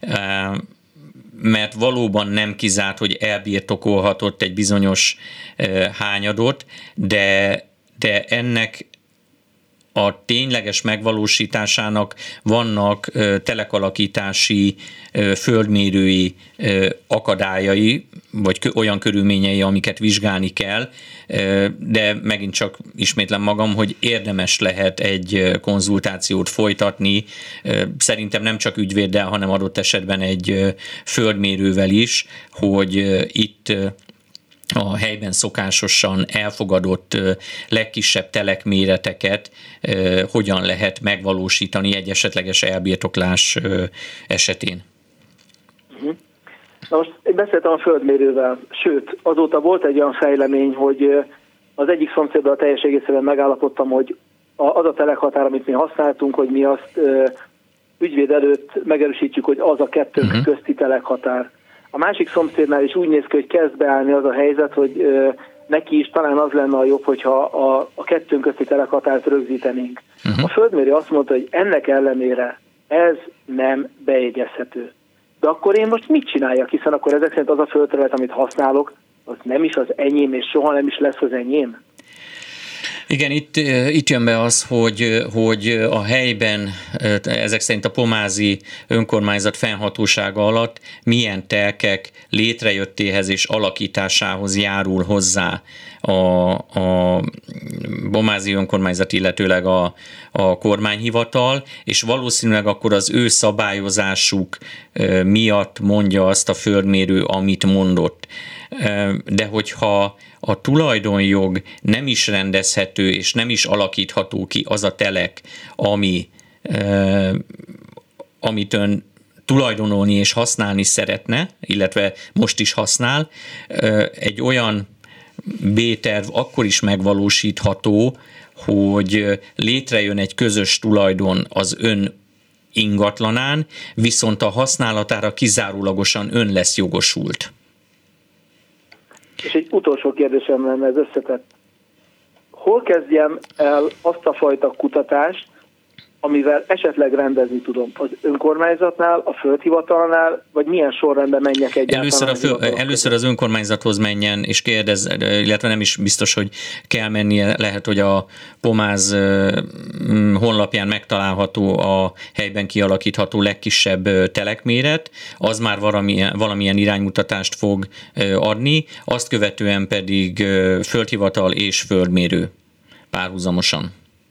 mert valóban nem kizárt, hogy elbirtokolhatott egy bizonyos hányadot, de ennek a tényleges megvalósításának vannak telekalakítási, földmérői akadályai, vagy olyan körülményei, amiket vizsgálni kell, de megint csak ismétlem magam, hogy érdemes lehet egy konzultációt folytatni, szerintem nem csak ügyvéddel, hanem adott esetben egy földmérővel is, hogy itt a helyben szokásosan elfogadott legkisebb telekméreteket hogyan lehet megvalósítani egy esetleges elbirtoklás esetén. Na most én beszéltem a földmérővel, sőt, azóta volt egy olyan fejlemény, hogy az egyik szomszéddal teljes egészében megállapodtam, hogy az a telekhatár, amit mi használtunk, hogy mi azt ügyvéd előtt megerősítjük, hogy az a kettőnk közti telekhatár. A másik szomszédnál is úgy néz ki, hogy kezd beállni az a helyzet, hogy neki is talán az lenne a jobb, hogyha a kettőnk közti telekhatárt rögzítenénk. A földmérő azt mondta, hogy ennek ellenére ez nem bejegyezhető. De akkor én most mit csináljak, hiszen akkor ezek szerint az a földterület, amit használok, az nem is az enyém, és soha nem is lesz az enyém? Igen, itt jön be az, hogy a helyben, ezek szerint a pomázi önkormányzat fennhatósága alatt milyen telkek létrejöttéhez és alakításához járul hozzá a pomázi önkormányzat, illetőleg a kormányhivatal, és valószínűleg akkor az ő szabályozásuk miatt mondja azt a földmérő, amit mondott. De hogyha a tulajdonjog nem is rendezhető és nem is alakítható ki az a telek, amit ön tulajdonolni és használni szeretne, illetve most is használ, egy olyan B-terv akkor is megvalósítható, hogy létrejön egy közös tulajdon az ön ingatlanán, viszont a használatára kizárólagosan ön lesz jogosult. És egy utolsó kérdésem lenne, ez összetett. Hol kezdjem el azt a fajta kutatást, amivel esetleg rendezni tudom? Az önkormányzatnál, a földhivatalnál, vagy milyen sorrendben menjek egyáltalán? Először az önkormányzathoz menjen, és kérdez, illetve nem is biztos, hogy kell mennie, lehet, hogy a Pomáz honlapján megtalálható a helyben kialakítható legkisebb telekméret, az már valamilyen iránymutatást fog adni, azt követően pedig földhivatal és földmérő párhuzamosan.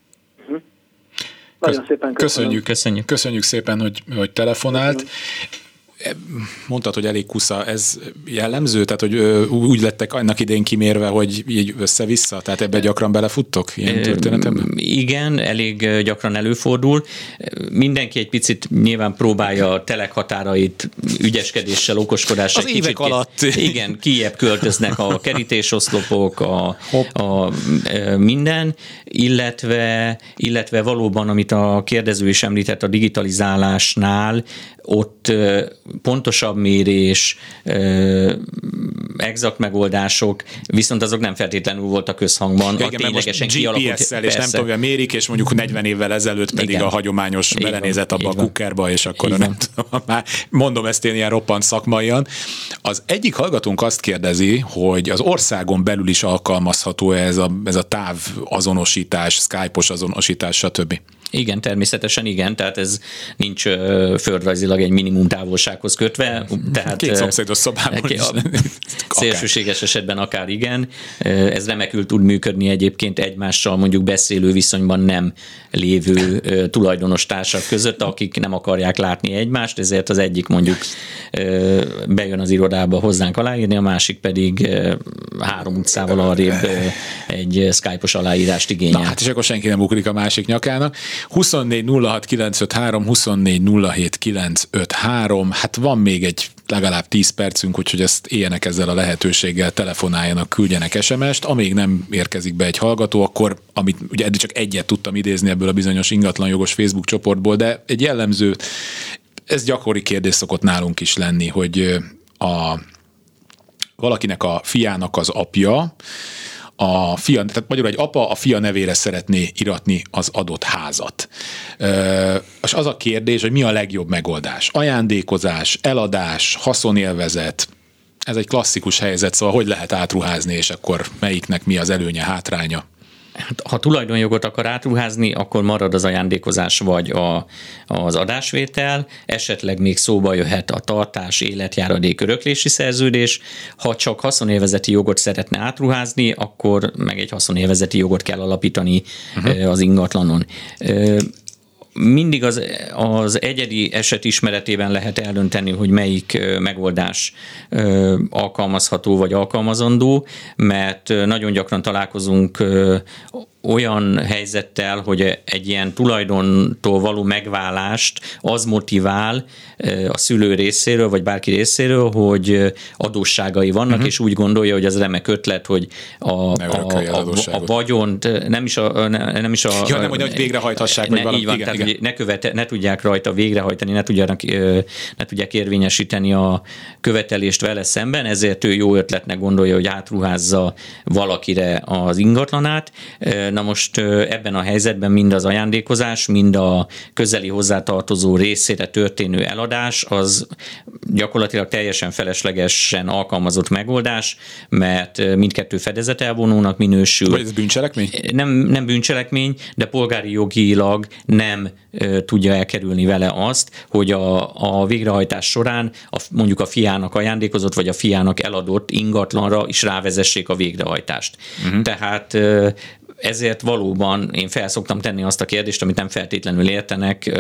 Nagyon szépen Köszönjük szépen, hogy telefonált. Mondtad, hogy elég kusza, ez jellemző? Tehát, hogy úgy lettek annak idején kimérve, hogy így össze-vissza? Tehát ebbe gyakran belefuttok ilyen történetemben? Igen, elég gyakran előfordul. Mindenki egy picit nyilván próbálja a telekhatárait ügyeskedéssel, okoskodással. Az évek alatt. Igen, kijebb költöznek a kerítésoszlopok, a minden, illetve valóban, amit a kérdező is említett, a digitalizálásnál ott pontosabb mérés, exakt megoldások, viszont azok nem feltétlenül voltak összhangban. Igen, a ténylegesen GPS-szel, és nem tudom, mérik, és mondjuk 40 évvel ezelőtt pedig igen, a hagyományos belenézett abba a kukkerba, és akkor nem tudom, már mondom ezt én ilyen roppant szakmaian. Az egyik hallgatónk azt kérdezi, hogy az országon belül is alkalmazható ez a távazonosítás, Skype-os azonosítás, stb. Igen, természetesen igen, tehát ez nincs földrajzilag egy minimum távolsághoz kötve. Tehát, két szomszédos szobában is. Szélsőséges esetben akár igen. Ez remekül tud működni egyébként egymással mondjuk beszélő viszonyban nem lévő tulajdonos társak között, akik nem akarják látni egymást, ezért az egyik mondjuk bejön az irodába hozzánk aláírni, a másik pedig 3 utcával arrébb egy Skype-os aláírást igényel. Na hát és akkor senki nem ugrik a másik nyakának. 24 06 953, 24 07 953, hát van még egy legalább 10 percünk, úgyhogy ezt éljenek ezzel a lehetőséggel, telefonáljanak, küldjenek SMS-t, amíg nem érkezik be egy hallgató, akkor, amit ugye eddig csak egyet tudtam idézni ebből a bizonyos ingatlanjogos Facebook csoportból, de egy jellemző, ez gyakori kérdés szokott nálunk is lenni, hogy valakinek a fiának az apja, a fia, tehát magyarul egy apa a fia nevére szeretné iratni az adott házat. És az a kérdés, hogy mi a legjobb megoldás? Ajándékozás, eladás, haszonélvezet, ez egy klasszikus helyzet, szóval hogy lehet átruházni, és akkor melyiknek mi az előnye, hátránya? Hát, ha tulajdonjogot akar átruházni, akkor marad az ajándékozás vagy az adásvétel, esetleg még szóba jöhet a tartás, életjáradék, öröklési szerződés. Ha csak haszonélvezeti jogot szeretne átruházni, akkor meg egy haszonélvezeti jogot kell alapítani az ingatlanon. Mindig az egyedi eset ismeretében lehet eldönteni, hogy melyik megoldás alkalmazható vagy alkalmazandó, mert nagyon gyakran találkozunk olyan helyzettel, hogy egy ilyen tulajdontól való megválást az motivál a szülő részéről, vagy bárki részéről, hogy adósságai vannak, és úgy gondolja, hogy az remek ötlet, hogy a vagyont nem is hogy végrehajthassák, vagy valami. Így van, tehát hogy ne tudják rajta végrehajtani, ne tudják érvényesíteni a követelést vele szemben, ezért ő jó ötletnek gondolja, hogy átruházza valakire az ingatlanát. Na most ebben a helyzetben mind az ajándékozás, mind a közeli hozzátartozó részére történő eladás, az gyakorlatilag teljesen feleslegesen alkalmazott megoldás, mert mindkettő fedezetelvonónak minősül. Vagy ez bűncselekmény? Nem bűncselekmény, de polgári jogilag nem tudja elkerülni vele azt, hogy a végrehajtás során mondjuk a fiának ajándékozott, vagy a fiának eladott ingatlanra is rávezessék a végrehajtást. Tehát ezért valóban én felszoktam tenni azt a kérdést, amit nem feltétlenül értenek,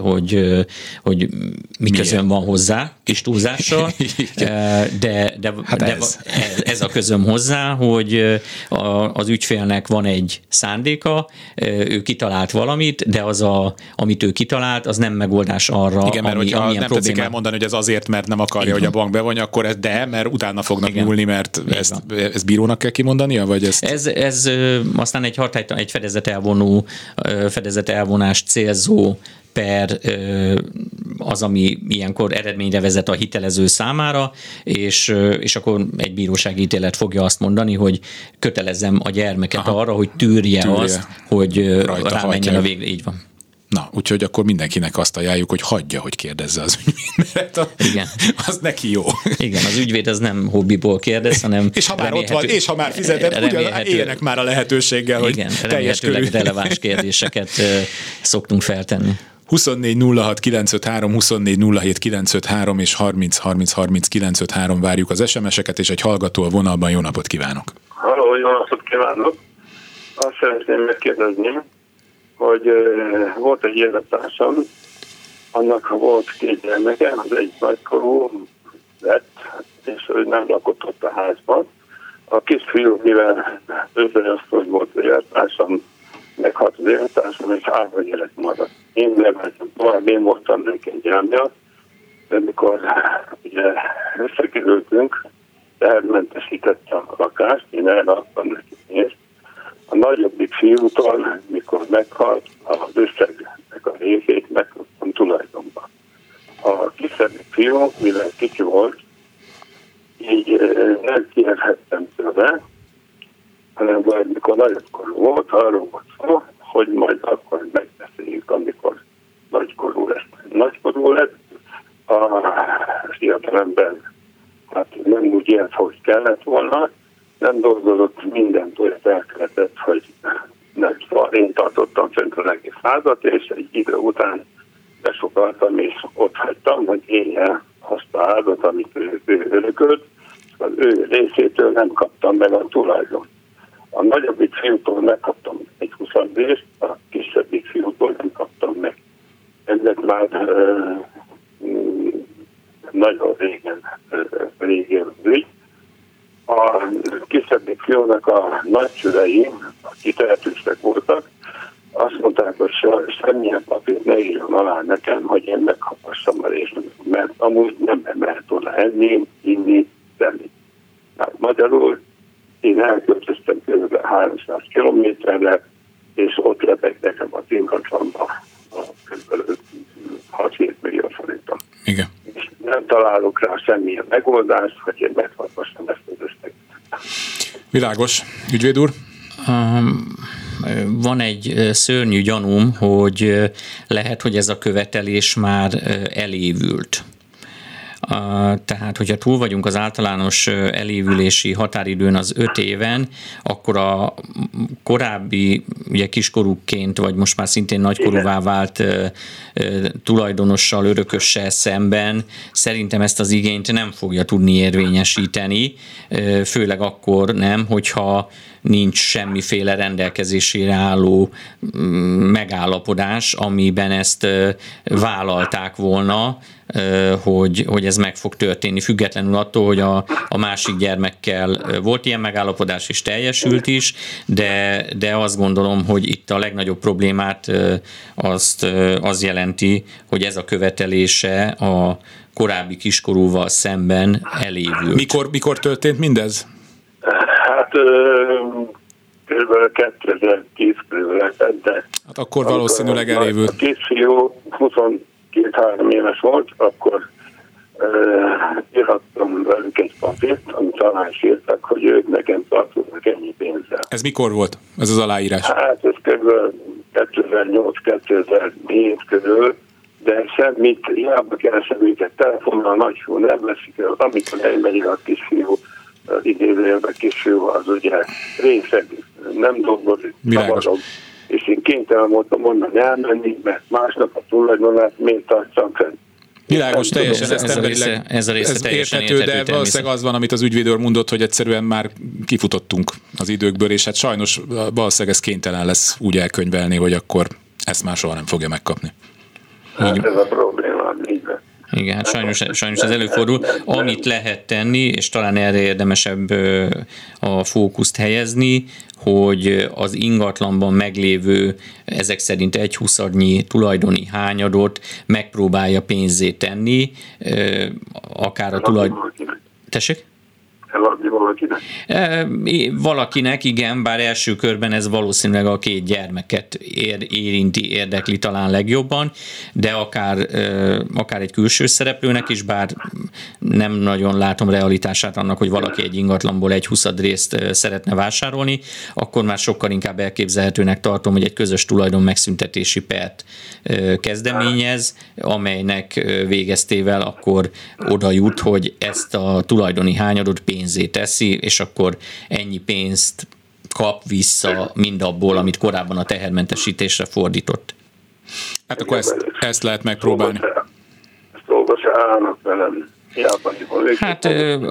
hogy mi közön van hozzá, kis túlzással, de ez a közöm hozzá, hogy az ügyfélnek van egy szándéka, ő kitalált valamit, de amit ő kitalált, az nem megoldás arra, igen, mert hogyha nem tetszik elmondani, hogy ez azért, mert nem akarja, hogy a bank bevonja, akkor mert utána fognak nyúlni, mert ezt bírónak kell kimondania, vagy ezt? Ez aztán egy fedezetelvonást célzó per az, ami ilyenkor eredményre vezet a hitelező számára, és akkor egy bírósági ítélet fogja azt mondani, hogy kötelezem a gyermeket arra, hogy tűrje azt, hogy rámenjen a végre. Így van. Na, úgyhogy akkor mindenkinek azt ajánljuk, hogy hagyja, hogy kérdezze az ügyvéd, mert az neki jó. Igen, az ügyvéd az nem hobbiból kérdez, hanem és ha már ott van, és ha már fizetett, éljenek már a lehetőséggel, hogy teljes körül. Releváns kérdéseket szoktunk feltenni. 24 06 953, 24 07 953 és 30 30 30 953 várjuk az SMS-eket, és egy hallgató a vonalban. Jó napot kívánok! Halló, jó napot kívánok! Azt szeretném megkérdezni, hogy volt egy élettársam, annak volt 2 gyermeke, az egy nagykorú lett, és ő nem lakott ott a házban. A kisfiú, mivel özönösztös volt az élettársam, meghalt az élettársam, és 3 gyerek maradt. Én lementem tovább, én voltam neki egy gyámja, de mikor ugye összekerültünk, elmentesítettem a lakást, én elraktam neki pénzt. A nagyobbik fiútól, mikor meghalt, az összegnek a részét megkaptam tulajdonban. A kisebbik fiú, mivel kicsi volt, így nem kérhettem tőle, hanem vagy mikor nagykorú volt, arról volt szó, hogy majd akkor megbeszéljük, amikor nagykorú lett. A fiatalember hát nem úgy élt, hogy kellett volna, nem dolgozott, mindent olyat elkövetett, hogy nem, szóval én tartottam fent az egész házat, és egy idő után besokaltam, és ott hagytam, hogy élje azt a házat, amit ő örökölt, az ő részétől nem kaptam meg a tulajdon. A nagyobbik fiútól megkaptam egy 20-ast, a kisebbik fiútól nem kaptam meg. Ezek már nagyon régen ügy. A kisebbik fiúnak a nagyszülei, akik tehetősek voltak, azt mondták, hogy semmilyen papírt ne írjon alá nekem, hogy én megkapassam a részt, mert amúgy nem lehet volna enni, inni, tenni. Tehát magyarul én elköltöztem kb. 300 kilométerre, és ott lebeg nekem az ingatlanba a kb. 6-7 millió forintom. Igen. És nem találok rá semmilyen megoldást, hogy én megkapassam ezt az összeget. Világos. Ügyvéd úr? Van egy szörnyű gyanúm, hogy lehet, hogy ez a követelés már elévült. Tehát, hogyha túl vagyunk az általános elévülési határidőn az 5 éven, akkor a korábbi ugye kiskorúként, vagy most már szintén nagykorúvá vált tulajdonossal, örökössel szemben szerintem ezt az igényt nem fogja tudni érvényesíteni, főleg akkor nem, hogyha nincs semmiféle rendelkezésére álló megállapodás, amiben ezt vállalták volna, hogy ez meg fog történni, függetlenül attól, hogy a másik gyermekkel volt ilyen megállapodás és teljesült is, de azt gondolom, hogy itt a legnagyobb problémát az jelenti, hogy ez a követelése a korábbi kiskorúval szemben elévült. Mikor történt mindez? Hát kb. 2010 körül, de hát akkor valószínűleg elévült. A kisfiú 22-3 éves volt, akkor írhattam velük egy papírt, amit alá is írtak, hogy ők nekem tartoznak ennyi pénzzel. Ez mikor volt, ez az aláírás? Hát ez kb. 2008-2007 körül, de semmit, hiába keresem őket telefonmal, nagyfiú nem veszik el, amikor elmegy a kisfiú, idézőjelben kisfiú, az ugye részeg, nem dolgozik, szabadon, és én kénytelen voltam mondani elmenni, mert másnak a tulajdonát miért tartsam fenn. Világos, teljesen ez a része teljesen érthető, de valószínűleg az van, amit az ügyvéd úr mondott, hogy egyszerűen már kifutottunk az időkből, és hát sajnos valószínűleg ez kénytelen lesz úgy elkönyvelni, hogy akkor ezt már soha nem fogja megkapni. Hát ez a probléma, így van. Igen, hát sajnos ez előfordul. Amit lehet tenni, és talán erre érdemesebb a fókuszt helyezni, hogy az ingatlanban meglévő ezek szerint 1/20 tulajdoni hányadot megpróbálja pénzzé tenni, akár a tulajdon... Tessék? Eladni valakinek? Valakinek, igen, bár első körben ez valószínűleg a 2 gyermeket érdekli talán legjobban, de akár egy külső szereplőnek is, bár nem nagyon látom realitását annak, hogy valaki egy ingatlanból 1/20 részt szeretne vásárolni, akkor már sokkal inkább elképzelhetőnek tartom, hogy egy közös tulajdon megszüntetési pert kezdeményez, amelynek végeztével akkor oda jut, hogy ezt a tulajdoni hányadot pénzé teszi, és akkor ennyi pénzt kap vissza mindabból, amit korábban a tehermentesítésre fordított. Hát akkor ezt lehet megpróbálni. Ezt dolga se állnak velem. Hát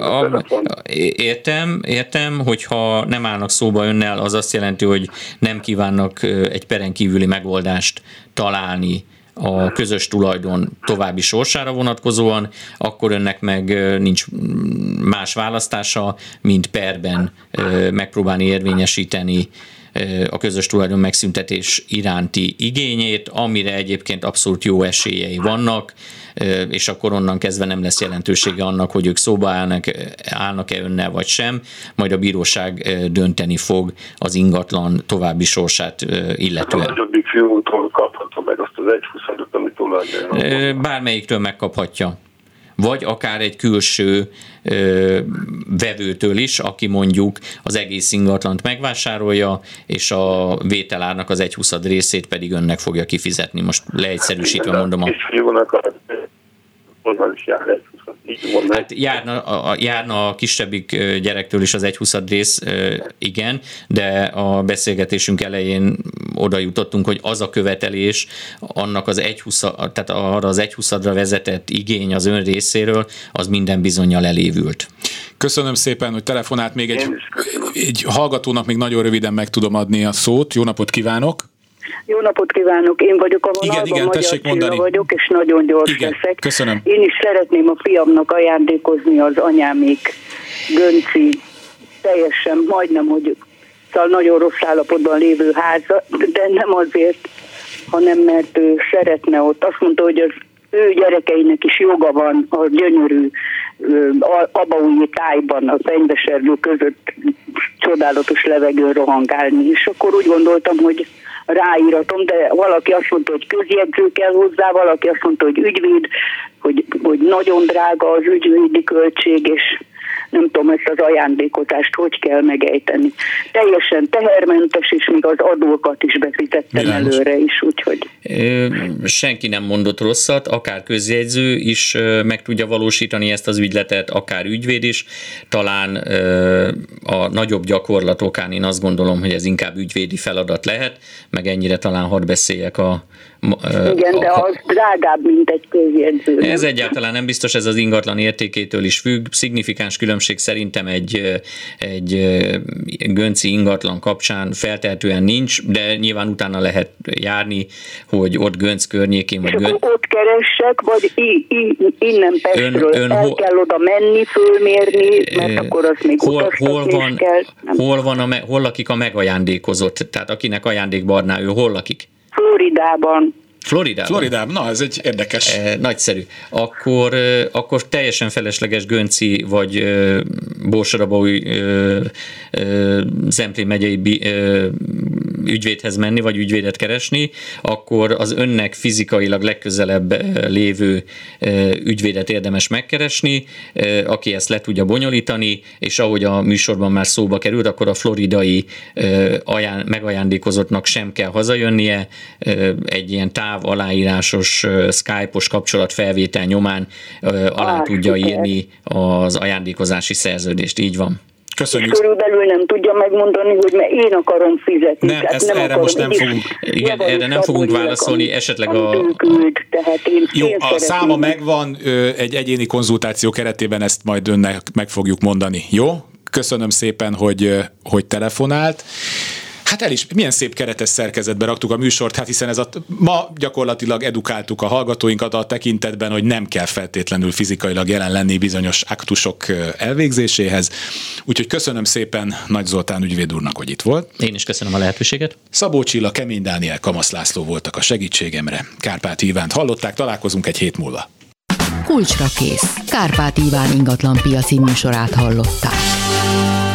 értem, hogyha nem állnak szóba önnel, az azt jelenti, hogy nem kívánnak egy peren kívüli megoldást találni a közös tulajdon további sorsára vonatkozóan, akkor önnek meg nincs más választása, mint perben megpróbálni érvényesíteni a közös tulajdon megszüntetés iránti igényét, amire egyébként abszolút jó esélyei vannak, és akkor onnan kezdve nem lesz jelentősége annak, hogy ők szóba állnak-e önnel vagy sem, majd a bíróság dönteni fog az ingatlan további sorsát illetően. A nagyobbik fiútól kaphatom meg azt az 1/20, amit tulajdonában. Bármelyiktől megkaphatja. Vagy akár egy külső vevőtől is, aki mondjuk az egész ingatlant megvásárolja, és a vételárnak az 1/20 részét pedig önnek fogja kifizetni. Most leegyszerűsítve mondom. És fiúnak onnan is jár 1/20. Hát járna a kisebbik gyerektől is az 1/20 rész, igen, de a beszélgetésünk elején oda jutottunk, hogy az a követelés, annak az 1/20, tehát arra az 1/20-ra vezetett igény az ön részéről, az minden bizonnyal elévült. Köszönöm szépen, hogy telefonált. Még egy hallgatónak még nagyon röviden meg tudom adni a szót. Jó napot kívánok! Jó napot kívánok, én vagyok a vonalban, Magyar Csilla vagyok, és nagyon gyors leszek. Köszönöm. Én is szeretném a fiamnak ajándékozni az anyámék Gönci teljesen, majdnem, hogy nagyon rossz állapotban lévő háza, de nem azért, hanem mert ő szeretne ott. Azt mondta, hogy az ő gyerekeinek is joga van a gyönyörű abaúji tájban, a fenyveserdő között csodálatos levegőn rohangálni, és akkor úgy gondoltam, hogy ráíratom, de valaki azt mondta, hogy közjegyző kell hozzá, valaki azt mondta, hogy ügyvéd, hogy nagyon drága az ügyvédi költség, és nem tudom, ezt az ajándékozást hogy kell megejteni. Teljesen tehermentes, és még az adókat is befizettem előre is, úgyhogy... Senki nem mondott rosszat, akár közjegyző is meg tudja valósítani ezt az ügyletet, akár ügyvéd is. Talán a nagyobb gyakorlatokán én azt gondolom, hogy ez inkább ügyvédi feladat lehet, meg ennyire talán hadd beszéljek igen, de az drágább, mint egy közjegyző. Ez egyáltalán nem biztos, ez az ingatlan értékétől is függ. Szignifikáns különbség szerintem egy gönci ingatlan kapcsán feltehetően nincs, de nyilván utána lehet járni, hogy ott Gönc környékén vagy ott keressek, vagy innen Pestről el kell oda menni, fölmérni, mert akkor az még utasítani kell. Hol lakik a megajándékozott? Tehát akinek ajándékba adná, ő hol lakik? Floridában, na ez egy érdekes. Nagyszerű. Akkor teljesen felesleges gönci vagy Borsod-Abaúj Zemplén megyei ügyvédhez menni, vagy ügyvédet keresni, akkor az önnek fizikailag legközelebb lévő ügyvédet érdemes megkeresni, aki ezt le tudja bonyolítani, és ahogy a műsorban már szóba került, akkor a floridai megajándékozottnak sem kell hazajönnie, egy ilyen aláírásos Skype-os kapcsolatfelvétel nyomán alá tudja írni az ajándékozási szerződést. Így van. Köszönjük. Körülbelül nem tudja megmondani, hogy mert én akarom fizetni. Nem, ezt erre most nem fogunk. Igen, erre nem fogunk válaszolni, esetleg Jó, a száma megvan, egy egyéni konzultáció keretében ezt majd önnek meg fogjuk mondani. Jó? Köszönöm szépen, hogy telefonált. Hát milyen szép keretes szerkezetbe raktuk a műsort, hát hiszen ma gyakorlatilag edukáltuk a hallgatóinkat a tekintetben, hogy nem kell feltétlenül fizikailag jelen lenni bizonyos aktusok elvégzéséhez. Úgyhogy köszönöm szépen Nagy Zoltán ügyvéd úrnak, hogy itt volt. Én is köszönöm a lehetőséget. Szabó Csilla, Kemény Dániel, Kamasz László voltak a segítségemre. Kárpáti Ivánt hallották, találkozunk egy hét múlva. Kulcsra kész. Kárpáti Iván ingatlanpiaci műsorát hallották.